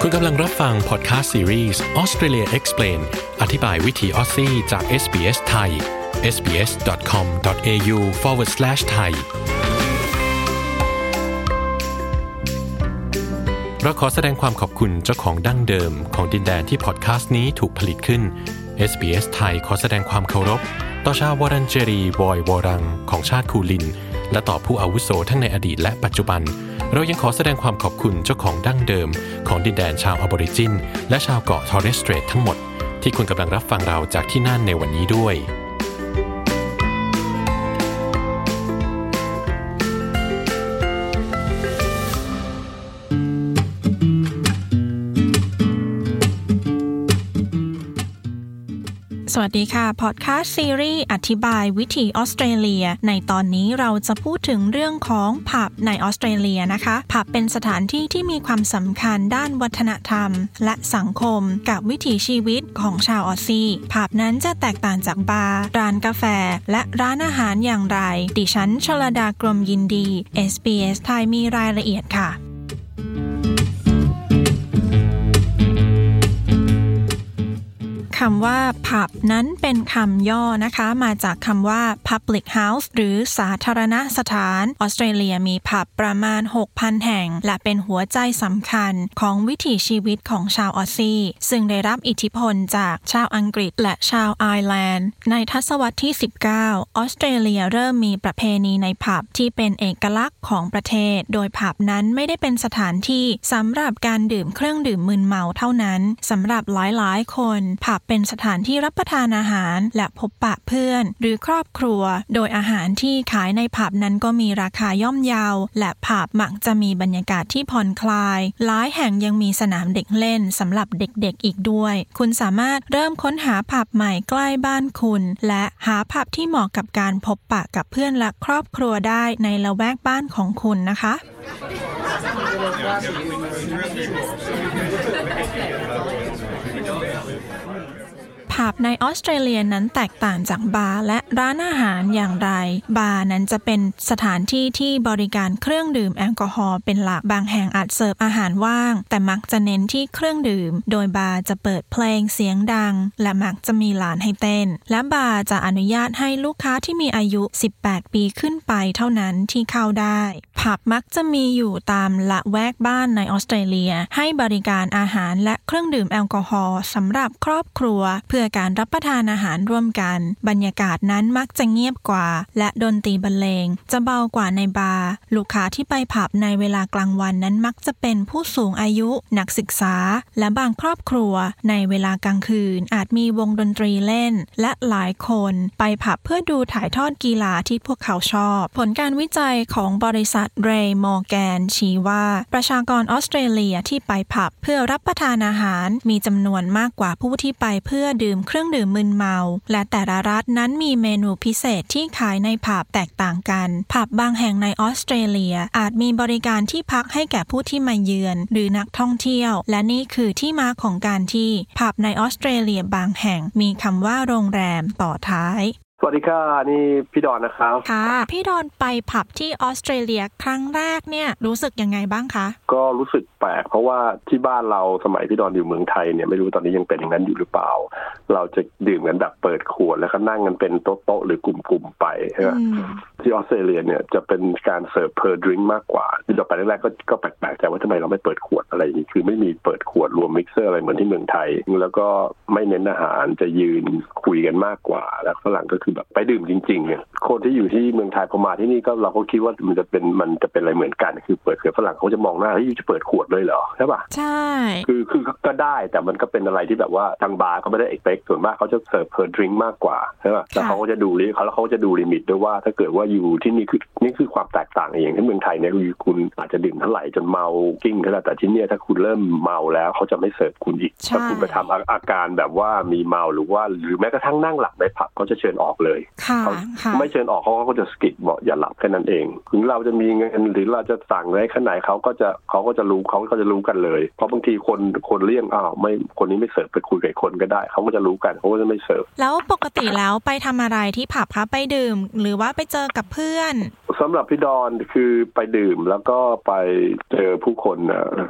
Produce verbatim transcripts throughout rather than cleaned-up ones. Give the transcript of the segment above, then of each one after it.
คุณกำลังรับฟังพอดคาสต์ซีรีส์ Australia Explain อธิบายวิถีออสซี่จาก เอส บี เอส ไทย เอส บี เอส ดอท คอม ดอท เอ ยู สแลช สแลช ไทย เราขอแสดงความขอบคุณเจ้าของดั้งเดิมของดินแดนที่พอดคาสต์นี้ถูกผลิตขึ้น เอส บี เอส ไทยขอแสดงความเคารพต่อชาววอรันเจรีวอยวอรังของชาติคูลินและต่อผู้อาวุโสทั้งในอดีตและปัจจุบันเรายังขอแสดงความขอบคุณเจ้าของดั้งเดิมของดินแดนชาวออริจินและชาวเกาะทอร์เรสสเตรททั้งหมดที่คุณกำลังรับฟังเราจากที่นั่นในวันนี้ด้วยสวัสดีค่ะพอดคาสต์ซีรีส์อธิบายวิถีออสเตรเลียในตอนนี้เราจะพูดถึงเรื่องของผับในออสเตรเลียนะคะผับเป็นสถานที่ที่มีความสำคัญด้านวัฒนธรรมและสังคมกับวิถีชีวิตของชาวออสซี่ผับนั้นจะแตกต่างจากบาร์ร้านกาแฟและร้านอาหารอย่างไรดิฉันชลดากรมยินดี เอส บี เอส ไทยมีรายละเอียดค่ะคำว่าผับนั้นเป็นคำย่อนะคะมาจากคำว่า Public House หรือสาธารณสถานออสเตรเลียมีผับประมาณ หกพัน แห่งและเป็นหัวใจสำคัญของวิถีชีวิตของชาวออสซี่ซึ่งได้รับอิทธิพลจากชาวอังกฤษและชาวไอร์แลนด์ในทศวรรษที่ สิบเก้า ออสเตรเลียเริ่มมีประเพณีในผับที่เป็นเอกลักษณ์ของประเทศโดยผับนั้นไม่ได้เป็นสถานที่สำหรับการดื่มเครื่องดื่มมึนเมาเท่านั้นสำหรับหลายๆคนผับเป็นสถานที่รับประทานอาหารและพบปะเพื่อนหรือครอบครัวโดยอาหารที่ขายในผับนั้นก็มีราคาย่อมเยาและผับมักจะมีบรรยากาศที่ผ่อนคลายหลายแห่งยังมีสนามเด็กเล่นสำหรับเด็กๆอีกด้วยคุณสามารถเริ่มค้นหาผับใหม่ใกล้บ้านคุณและหาผับที่เหมาะกับการพบปะกับเพื่อนและครอบครัวได้ในละแวกบ้านของคุณนะคะผับในออสเตรเลียนั้นแตกต่างจากบาร์และร้านอาหารอย่างไรบาร์นั้นจะเป็นสถานที่ที่บริการเครื่องดื่มแอลกอฮอล์เป็นหลักบางแห่งอาจเสิร์ฟอาหารว่างแต่มักจะเน้นที่เครื่องดื่มโดยบาร์จะเปิดเพลงเสียงดังและมักจะมีลานให้เต้นและบาร์จะอนุญาตให้ลูกค้าที่มีอายุสิบแปดปีขึ้นไปเท่านั้นที่เข้าได้ผับมักจะมีอยู่ตามละแวกบ้านในออสเตรเลียให้บริการอาหารและเครื่องดื่มแอลกอฮอล์สำหรับครอบครัวเพื่อการรับประทานอาหารร่วมกันบรรยากาศนั้นมักจะเงียบกว่าและดนตรีบรรเลงจะเบากว่าในบาร์ลูกค้าที่ไปผับในเวลากลางวันนั้นมักจะเป็นผู้สูงอายุนักศึกษาและบางครอบครัวในเวลากลางคืนอาจมีวงดนตรีเล่นและหลายคนไปผับเพื่อดูถ่ายทอดกีฬาที่พวกเขาชอบผลการวิจัยของบริษัทเรย์มอร์แกนชี้ว่าประชากรออสเตรเลียที่ไปผับเพื่อรับประทานอาหารมีจำนวนมากกว่าผู้ที่ไปเพื่อดื่มเครื่องดื่มมึนเมาและแต่ละรัฐนั้นมีเมนูพิเศษที่ขายในผับแตกต่างกันผับบางแห่งในออสเตรเลียอาจมีบริการที่พักให้แก่ผู้ที่มาเยือนหรือนักท่องเที่ยวและนี่คือที่มาของการที่ผับในออสเตรเลียบางแห่งมีคำว่าโรงแรมต่อท้ายสวัสดีค่ะนี่พี่ดอนนะครับค่ะพี่ดอนไปผับที่ออสเตรเลียครั้งแรกเนี่ยรู้สึกยังไงบ้างคะก็รู้สึกแปลกเพราะว่าที่บ้านเราสมัยพี่ดอนอยู่เมืองไทยเนี่ยไม่รู้ตอนนี้ยังเป็นอย่างนั้นอยู่หรือเปล่าเราจะดื่มกันแบบเปิดขวดแล้วก็นั่งกันเป็นโต๊ะๆหรือกลุ่มๆไปใช่ไหมที่ออสเตรเลียเนี่ยจะเป็นการเสิร์ฟเพอร์ดริงก์มากกว่าที่เราไปแรกๆก็ก็แปลกๆใจว่าทำไมเราไม่เปิดขวดอะไรอย่างนี้คือไม่มีเปิดขวดรวมมิกเซอร์อะไรเหมือนที่เมืองไทยแล้วก็ไม่เน้นอาหารจะยืนคุยกันมากกว่าแล้วฝรั่งก็คือแบบไปดื่มจริงๆเนี่ยคนที่อยู่ที่เมืองไทยพอมาที่นี่ก็เราก็คิดว่ามันจะเป็นมันจะเป็นอะไรเหมือนกันคือเปิดขวดฝรั่งเขาจะมองหน้าเฮ้ยจะเปิดขวดเลยเหรอใช่ป่ะใช่คือคือก็ได้แต่มันก็เป็นอะไรที่แบบว่าทางบาร์ก็ไม่ได้เอ็กเปคส่วนมากเขาจะเสิร์ฟเพอร์ดริงก์มากกว่าใช่ป่ะแล้วเขาก็จะดูลิเขาแล้วเขาจะดูลิมิตด้วยว่าถ้าเกิดว่าอยู่ที่นี่คือนี่คือความแตกต่างอย่างที่เมืองไทยเนี่ยคุณอาจจะดื่มเท่าไหร่จนเมากิ้งก็ได้แต่ที่นี่ถ้าคุณเริ่มเมาแล้วเขาจะไม่เสิร์ฟคุณอีกถ้าคุณไปทำอาการแบบว่ามีเมาหรือว่าหรือแม้กระทั่งนั่งหลับในผับเขาจะเชิญออกเลยไม่เชิญออกเขาก็จะสกิดบอกอย่าหลับแค่นั้นเองถึงเราจะมีเงินหรือเราจะสั่งอะไรขนาดไหนเขาก็จะเขาก็จะรู้เขาก็จะรู้กันเลยเพราะบางทีคนคนเลี่ยงอ้าวไม่คนนี้ไม่เสิร์ฟไปคุยกับคนก็ได้เขาก็จะรู้กันเขาก็จะไม่เสิร์ฟแล้วปกติแล้วไปทำอะไรที่ผับคะไปดื่มหรือว่าไปเจอกับเพื่อนสำหรับพี่ดอนคือไปดื่มแล้วก็ไปเจอผู้คนนะ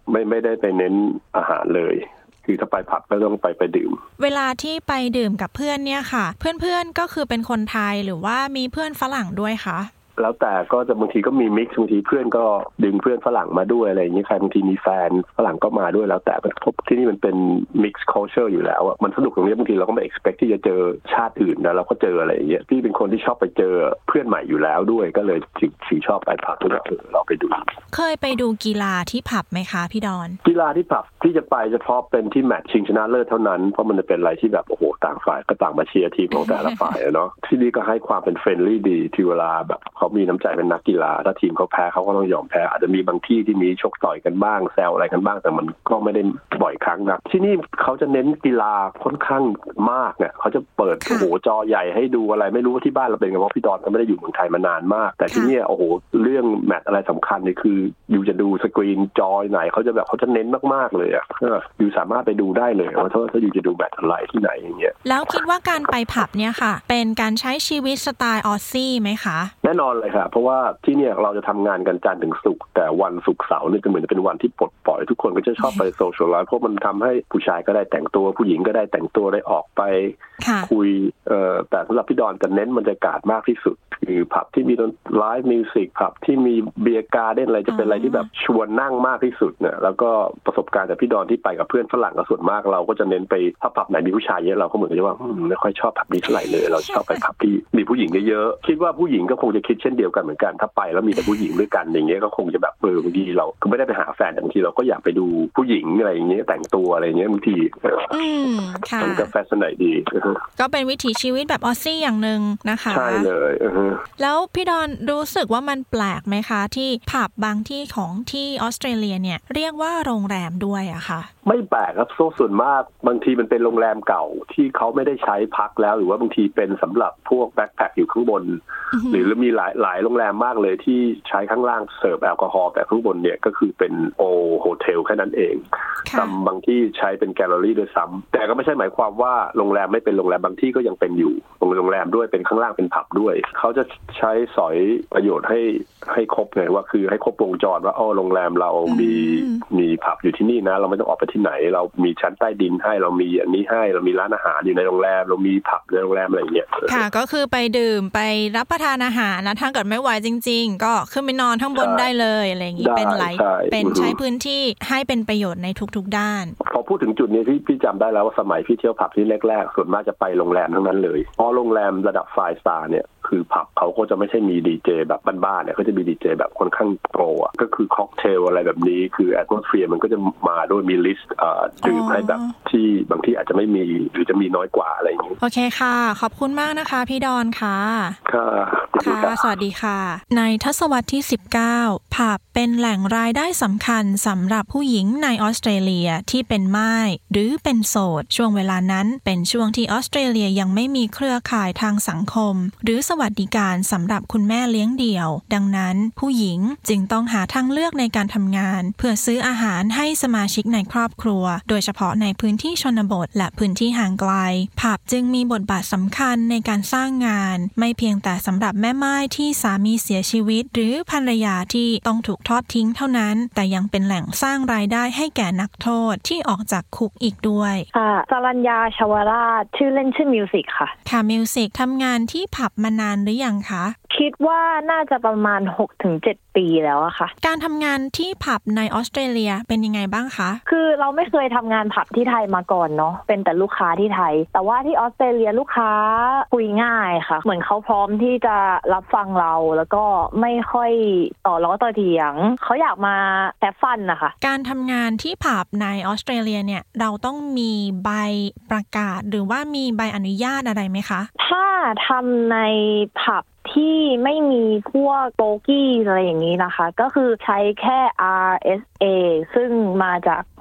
ไม่ไม่ได้ไปเน้นอาหารเลยคือถ้าไปผับก็ต้องไปไปดื่มเวลาที่ไปดื่มกับเพื่อนเนี่ยค่ะเพื่อนๆก็คือเป็นคนไทยหรือว่ามีเพื่อนฝรั่งด้วยคะแล้วแต่ก็จะบางทีก็มีมิกซ์บางทีเพื่อนก็ดึงเพื่อนฝรั่งมาด้วยอะไรอย่างนี้ใครบางทีมีแฟนฝรั่งก็มาด้วยแล้วแต่ที่นี่มันเป็น mixed culture อยู่แล้วอ่ะมันสนุกตรงนี้บางทีเราก็ไม่ expect ที่จะเจอชาติอื่นนะเราก็เจออะไรอย่างเงี้ยพี่เป็นคนที่ชอบไปเจอเพื่อนใหม่อยู่แล้วด้วยก็เลยถึงชอบไปผับก็เราไปดูเคยไปดูกีฬาที่ผับไหมคะพี่ดอนกีฬาที่ผับที่จะไปเฉพาะเป็นที่แมตช์ชิงชนะเลิศเท่านั้นเพราะมันจะเป็นอะไรที่แบบโอ้โหต่างฝ่ายก็ต่างมาเชียร์ทีมของแต่ละฝ่ายเนาะที่นี่ก็ให้ความเป็นเฟรนลี่ดีที่เวลาแบบเขามีน้ำใจเป็นนักกีฬาถ้าทีมเขาแพ้เขาก็ต้องยอมแพ้อาจจะมีบางที่ที่มีชกต่อยกันบ้างแซวอะไรกันบ้างแต่มันก็ไม่ได้บ่อยครั้งนะที่นี่เขาจะเน้นกีฬาค่อนข้างมากเนี่ยเขาจะเปิดโอ้โหจอใหญ่ให้ดูอะไรไม่รู้ว่าที่บ้านเราเป็นไงเพราะพี่ดอนก็ไม่ได้อยู่เมืองไทยมานานมากแต่ที่นี่โอ้โหเรื่องแมตช์อะไรสำคัญนี่คืออยู่จะดูสกรีนจอไหนเขาจะแบบเขาจะเน้นมากๆเลยอ่ะอยู่สามารถไปดูได้เลยว่าถ้าถ้าอยู่จะดูแมตช์อะไรที่ไหนอย่างเงี้ยแล้วคิดว่าการไปผับเนี่ยค่ะเป็นการใช้ชีวิตสไตล์ออสซี่ไหมคะแน่นอนเลยค่ะเพราะว่าที่เนี่ยเราจะทำงานกันจันทร์ถึงศุกร์แต่วันศุกร์เสาร์นี่จะเหมือนเป็นวันที่ปลดปล่อยทุกคนก็จะชอบไปโซเชียลไลฟ์เพราะมันทำให้ผู้ชายก็ได้แต่งตัวผู้หญิงก็ได้แต่งตัวได้ออกไปคุยเอ่อแต่สำหรับพี่ดอนจะเน้นบรรยากาศมากที่สุดคือผับที่มีไลฟ์มิวสิกผับที่มีเบียร์การ์เด้นอะไรจะเป็นอะไรที่แบบชวนนั่งมากที่สุดเนี่ยแล้วก็ประสบการณ์จากพี่ดอนที่ไปกับเพื่อนฝรั่งก็ส่วนมากเราก็จะเน้นไปถ้าผับไหนมีผู้ชายเยอะเราก็เหมือนกับว่าไม่ค่อยชอบผับนี้เท่าไหร่เลยเราชอบไปผับที่มีผู้หญิงเยอะๆคิดว่าผู้หญิงก็คงจะคิดเช่นเดียวกันเหมือนกันถ้าไปแล้วมีแต่ผู้หญิงด้วยกันอย่างเงี้ยก็คงจะแบบเออบางทีเราก็ไม่ได้ไปหาแฟนบางทีเราก็อยากไปดูผู้หญิงอะไรอย่างเงี้ยแต่งตัวอะไรอย่างเงี้ยบางทีอืมค่ะมันก็แฟชั่นไหนดีก็เป็นวิถีชีวิตแบบออสซี่อย่างนึงนะคะใช่เลยแล้วพี่ดอนรู้สึกว่ามันแปลกไหมคะที่ผับบางที่ของที่ออสเตรเลียเนี่ยเรียกว่าโรงแรมด้วยอะค่ะไม่แปลกครับส่วนมากบางทีมันเป็นโรงแรมเก่าที่เขาไม่ได้ใช้พักแล้วหรือว่าบางทีเป็นสำหรับพวกแบ็คแพ็คอยู่ข้างบนหรือมีหลายหลายโรงแรมมากเลยที่ใช้ข้างล่างเสิร์ฟแอลกอฮอล์แต่ข้างบนเนี่ยก็คือเป็นโอโฮเทลแค่นั้นเองบางที่ใช้เป็นแกลเลอรี่ด้วยซ้ำแต่ก็ไม่ใช่หมายความว่าโรงแรมไม่เป็นโรงแรมบางที่ก็ยังเป็นอยู่โรงแรมด้วยเป็นข้างล่างเป็นผับด้วยเขาจะใช้สอยประโยชน์ให้ให้ครบเลยว่าคือให้ครบวงจรว่าอ๋อโรงแรมเรามีมีผับอยู่ที่นี่นะเราไม่ต้องออกไปที่ไหนเรามีชั้นใต้ดินให้เรามีอันนี้ให้เรามีร้านอาหารอยู่ในโรงแรมเรามีผับในโรงแรมอะไรอย่างเงี้ยค่ะก็คือไปดื่มไปรับประทานอาหารนะถ้าเกิดไม่ไหวจริงๆก็ขึ้นไปนอนข้างบนได้เลยอะไรอย่างงี้เป็นหลายเป็นใช้พื้นที่ให้เป็นประโยชน์ในทุกๆด้านพอพูดถึงจุดนี้พี่พี่จำได้แล้วว่าสมัยพี่เที่ยวผับที่แรกๆส่วนมากจะไปโรงแรมทั้งนั้นเลยเพราะโรงแรมระดับไฟว์สตาร์เนี่ยคือผับเขาก็จะไม่ใช่มีดีเจแบบบ้านๆเนี่ยเขาจะมีดีเจแบบค่อนข้างโปรอ่ะก็คือค็อกเทลอะไรแบบนี้คือแอทมอสเฟียร์มันก็จะมาด้วยมีลิสต์ดื่มให้แบบที่บางที่อาจจะไม่มีหรือจะมีน้อยกว่าอะไรอย่างนี้โอเคค่ะขอบคุณมากนะคะพี่ดอนค่ะค่ะค่ะสวัสดีค่ะในทศวรรษที่สิบเก้าผับเป็นแหล่งรายได้สำคัญสำหรับผู้หญิงในออสเตรเลียที่เป็นม่ายหรือเป็นโสดช่วงเวลานั้นเป็นช่วงที่ออสเตรเลียยังไม่มีเครือข่ายทางสังคมหรือสวัสดิการสำหรับคุณแม่เลี้ยงเดี่ยวดังนั้นผู้หญิงจึงต้องหาทางเลือกในการทำงานเพื่อซื้ออาหารให้สมาชิกในครอบครัวโดยเฉพาะในพื้นที่ชนบทและพื้นที่ห่างไกลผับจึงมีบทบาทสำคัญในการสร้างงานไม่เพียงแต่สำหรับแม่ม่ายที่สามีเสียชีวิตหรือภรรยาที่ต้องถูกทอดทิ้งเท่านั้นแต่ยังเป็นแหล่งสร้างรายได้ให้แก่นักโทษที่ออกจากคุกอีกด้วยค่ะสรัญญาชวราชชื่อเล่นชื่อมิวสิกค่ะค่ะมิวสิกทำงานที่ผับมานานหรือยังคะคิดว่าน่าจะประมาณ หกถึงเจ็ด ปีแล้วอะค่ะการทำงานที่ผับในออสเตรเลียเป็นยังไงบ้างคะคือเราไม่เคยทำงานผับที่ไทยมาก่อนเนาะเป็นแต่ลูกค้าที่ไทยแต่ว่าที่ออสเตรเลียลูกค้าคุยง่ายค่ะเหมือนเขาพร้อมที่จะรับฟังเราแล้วก็ไม่ค่อยต่อล้อต่อเถียงเขาอยากมาแฮปฟันนะคะการทำงานที่ผับในออสเตรเลียเนี่ยเราต้องมีใบประกาศหรือว่ามีใบอนุญาตอะไรไหมคะถ้าทำในผับที่ไม่มีพวกโบกี้อะไรอย่างนี้นะคะก็คือใช้แค่ อาร์ เอส เอ ซึ่งมาจาก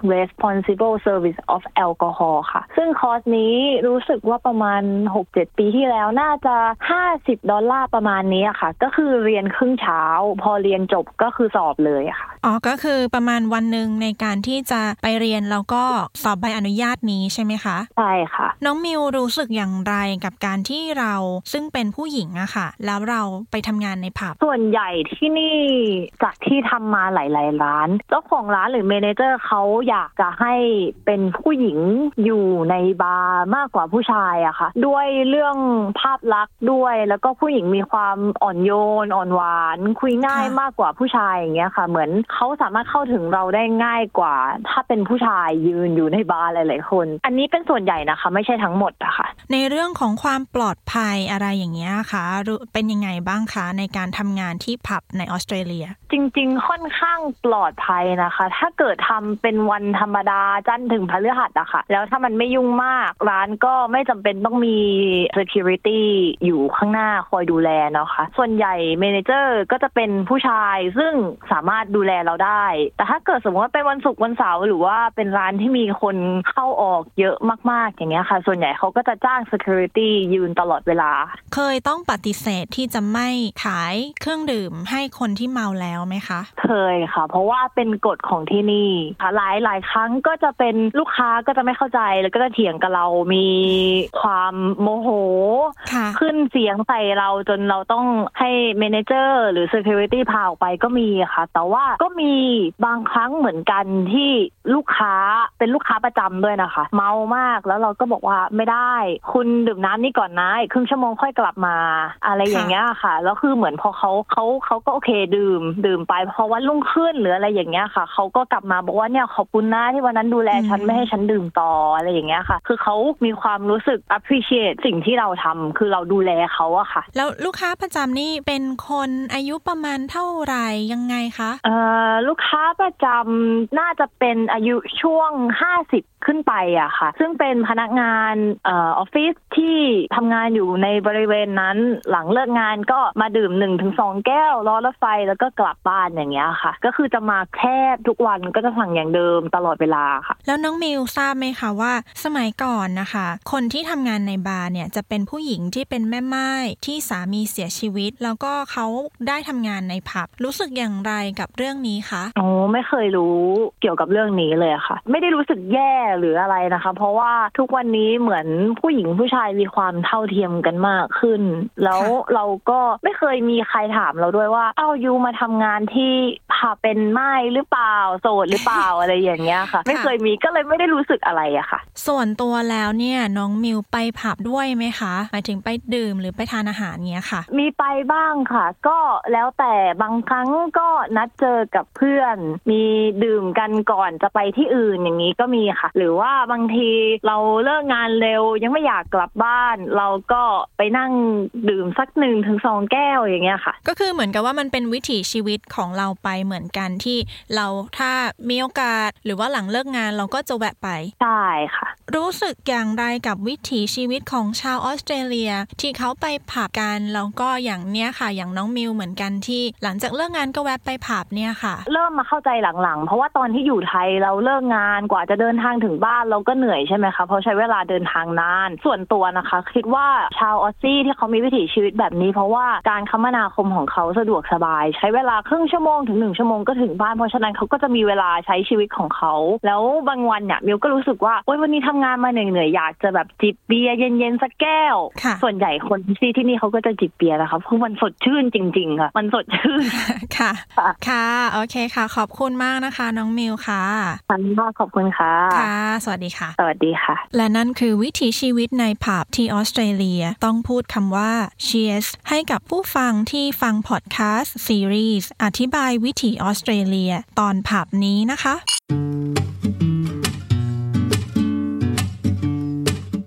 responsible service of alcohol ค่ะซึ่งคอร์สนี้รู้สึกว่าประมาณ หกเจ็ด ปีที่แล้วน่าจะห้าสิบดอลลาร์ประมาณนี้ค่ะก็คือเรียนครึ่งเช้าพอเรียนจบก็คือสอบเลยค่ะอ๋อก็คือประมาณวันนึงในการที่จะไปเรียนแล้วก็สอบใบอนุญาตนี้ใช่ไหมคะใช่ค่ะน้องมิวรู้สึกอย่างไรกับการที่เราซึ่งเป็นผู้หญิงอะค่ะแล้วเราไปทำงานในผับส่วนใหญ่ที่นี่จากที่ทำมาหลายๆร้านเจ้าของร้านหรือเมเนเจอร์เขาอยากจะให้เป็นผู้หญิงอยู่ในบาร์มากกว่าผู้ชายอะค่ะด้วยเรื่องภาพลักษณ์ด้วยแล้วก็ผู้หญิงมีความอ่อนโยนอ่อนหวานคุยง่ายมากกว่าผู้ชายอย่างเงี้ยค่ะเหมือนเขาสามารถเข้าถึงเราได้ง่ายกว่าถ้าเป็นผู้ชายยืนอยู่ในบาร์หลายๆคนอันนี้เป็นส่วนใหญ่นะคะไม่ใช่ทั้งหมดอะค่ะในเรื่องของความปลอดภัยอะไรอย่างเงี้ยค่ะเป็นยังไงบ้างคะในการทำงานที่ผับในออสเตรเลียจริงๆค่อนข้างปลอดภัยนะคะถ้าเกิดทำเป็นวันธรรมดาจันทร์ถึงพฤหัสอะค่ะแล้วถ้ามันไม่ยุ่งมากร้านก็ไม่จำเป็นต้องมี security อยู่ข้างหน้าคอยดูแลเนาะค่ะส่วนใหญ่เมเนเจอร์ก็จะเป็นผู้ชายซึ่งสามารถดูแลเราได้แต่ถ้าเกิดสมมติว่าเป็นวันศุกร์วันเสาร์หรือว่าเป็นร้านที่มีคนเข้าออกเยอะมากๆอย่างเงี้ยค่ะส่วนใหญ่เขาก็จะจ้าง security ยืนตลอดเวลาเคยต้องปฏิเสธที่จะไม่ขายเครื่องดื่มให้คนที่เมาแล้วไหมคะเคยค่ะเพราะว่าเป็นกฎของที่นี่ค่ะหลายหลายครั้งก็จะเป็นลูกค้าก็จะไม่เข้าใจแล้วก็จะเถียงกับเรามีความโมโหขึ้นเสียงใส่เราจนเราต้องให้เมเนเจอร์หรือ security พาออกไปก็มีค่ะแต่ว่าก็มีบางครั้งเหมือนกันที่ลูกค้าเป็นลูกค้าประจำด้วยนะคะเมามากแล้วเราก็บอกว่าไม่ได้คุณดื่มน้ำนี่ก่อนนะอีกครึ่งชั่วโมงค่อยกลับมาอะไรอย่างเงี้ยค่ะแล้วคือเหมือนพอเขาเขาเขาก็โอเคดื่มดื่มไปเพราะว่ารุ่งขึ้นหรืออะไรอย่างเงี้ยค่ะเขาก็กลับมาบอกว่าเนี่ยขอบคุณนะที่วันนั้นดูแลฉันไม่ให้ฉันดื่มต่ออะไรอย่างเงี้ยค่ะคือเขามีความรู้สึก appreciate สิ่งที่เราทำคือเราดูแลเขาอะค่ะแล้วลูกค้าประจำนี่เป็นคนอายุประมาณเท่าไหร่ยังไงคะเอ่อลูกค้าประจำน่าจะเป็นอายุช่วงห้าสิบขึ้นไปอะค่ะซึ่งเป็นพนักงานเอ่อออฟฟิศที่ทำงานอยู่ในบริเวณนั้นหลังเลิกงานก็มาดื่ม หนึ่งถึงสอง แก้วรอรถไฟแล้วก็กลับบ้านอย่างเงี้ยค่ะก็คือจะมาแทบทุกวันก็จะสั่งอย่างเดิมตลอดเวลาค่ะแล้วน้องมิวทราบไหมคะว่าสมัยก่อนนะคะคนที่ทำงานในบาร์เนี่ยจะเป็นผู้หญิงที่เป็นแม่ม่ายที่สามีเสียชีวิตแล้วก็เขาได้ทำงานในผับรู้สึกอย่างไรกับเรื่องนี้คะอ๋อไม่เคยรู้เกี่ยวกับเรื่องนี้เลยค่ะไม่ได้รู้สึกแย่หรืออะไรนะคะเพราะว่าทุกวันนี้เหมือนผู้หญิงผู้ชายมีความเท่าเทียมกันมากขึ้นแล้วเราก็ไม่เคยมีใครถามเราด้วยว่าเอ้ายูมาทำงานที่ผับเป็นม่ายหรือเปล่าโสดหรือเปล่า อะไรอย่างเงี้ยค่ะไม่เคยมีก็เลยไม่ได้รู้สึกอะไรอะค่ะส่วนตัวแล้วเนี่ยน้องมิวไปผับด้วยไหมคะหมายถึงไปดื่มหรือไปทานอาหารเงี้ยค่ะมีไปบ้างค่ะก็แล้วแต่บางครั้งก็นัดเจอกับเพื่อนมีดื่มกันก่อนจะไปที่อื่นอย่างนี้ก็มีค่ะหรือว่าบางทีเราเลิกงานเร็วยังไม่อยากกลับบ้านเราก็ไปนั่งดื่มสัก หนึ่งถึงสอง แก้วอย่างเงี้ยค่ะก็คือเหมือนกับว่ามันเป็นวิถีชีวิตของเราไปเหมือนกันที่เราถ้ามีโอกาสหรือว่าหลังเลิกงานเราก็จะแวะไปใช่ค่ะรู้สึกอย่างไรกับวิถีชีวิตของชาวออสเตรเลียที่เขาไปผับกันแล้วก็อย่างเนี้ยค่ะอย่างน้องมิวเหมือนกันที่หลังจากเลิกงานก็แวะไปผับเนี่ยค่ะเริ่มมาเข้าใจหลังๆเพราะว่าตอนที่อยู่ไทยเราเลิกงานกว่าจะเดินทางถึงบ้านเราก็เหนื่อยใช่ไหมคะเพราะใช้เวลาเดินทางนานส่วนตัวนะคะคิดว่าชาวออสซี่ที่เขามีวิถีชีวิตแบบนี้เพราะว่าการคมนาคมของเขาสะดวกสบายใช้เวลาครึ่งชั่วโมงถึงหนึ่งชั่วโมงก็ถึงบ้านเพราะฉะนั้นเขาก็จะมีเวลาใช้ชีวิตของเขาแล้วบางวันเนี่ยมิวก็รู้สึกว่าโอ๊ยวันนี้ทำงานมาเหนื่อยๆอยากจะแบบจิบเบียร์เย็นๆสักแก้วส่วนใหญ่คนที่ที่นี่เขาก็จะจิบเบียร์นะคะเพราะมันสดชื่นจริงๆค่ะมันสดชื่นค่ะค่ะโอเคค่ะขอบคุณมากนะคะน้องมิวค่ะขอบคุณค่ะค่ะสวัสดีค่ะสวัสดีค่ะและนั่นคือวิถีชีวิตในผับที่ออสเตรเลียต้องพูดคำว่า Cheers ให้กับผู้ฟังที่ฟังพอดแคสต์ซีรีส์อธิบายวิถีออสเตรเลียตอนผับนี้นะคะพ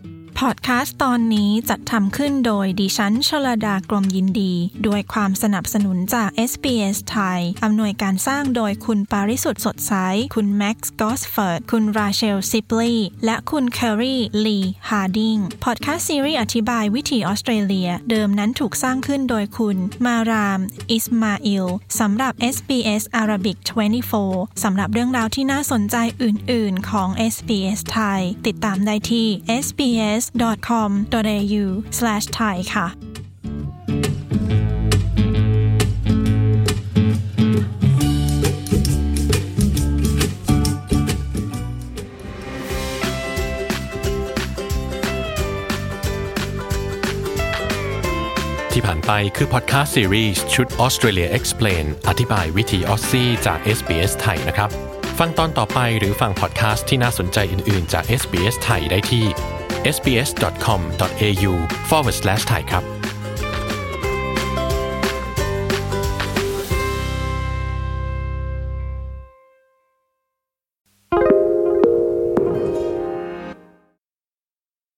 พอดแคสต์ตอนนี้จัดทำขึ้นโดยดิฉันชลดากรมยินดีด้วยความสนับสนุนจาก เอส บี เอส ไทยอำนวยการสร้างโดยคุณปาริสุทธิ์สดใสคุณแม็กซ์กอสเฟิร์ดคุณราเชลซิปลีและคุณแครีลีฮาร์ดิงพอดแคสต์ซีรีส์อธิบายวิถีออสเตรเลียเดิมนั้นถูกสร้างขึ้นโดยคุณมารามอิสมาอิลสำหรับ เอส บี เอส Arabic ยี่สิบสี่สำหรับเรื่องราวที่น่าสนใจอื่นๆของ เอส บี เอส ไทยติดตามได้ที่ เอส บี เอส ดอท คอม ดอท เอ ยู สแลช ไทย ค่ะที่ผ่านไปคือพอดแคสต์ซีรีส์ชุด Australia Explain อธิบายวิธีออสซี่จาก เอส บี เอส ไทยนะครับฟังตอนต่อไปหรือฟังพอดแคสต์ที่น่าสนใจอื่นๆจาก เอส บี เอส ไทยได้ที่ เอส บี เอส ดอท คอม ดอท เอ ยู ฟอร์วาร์ด สแลช ไทย ครับ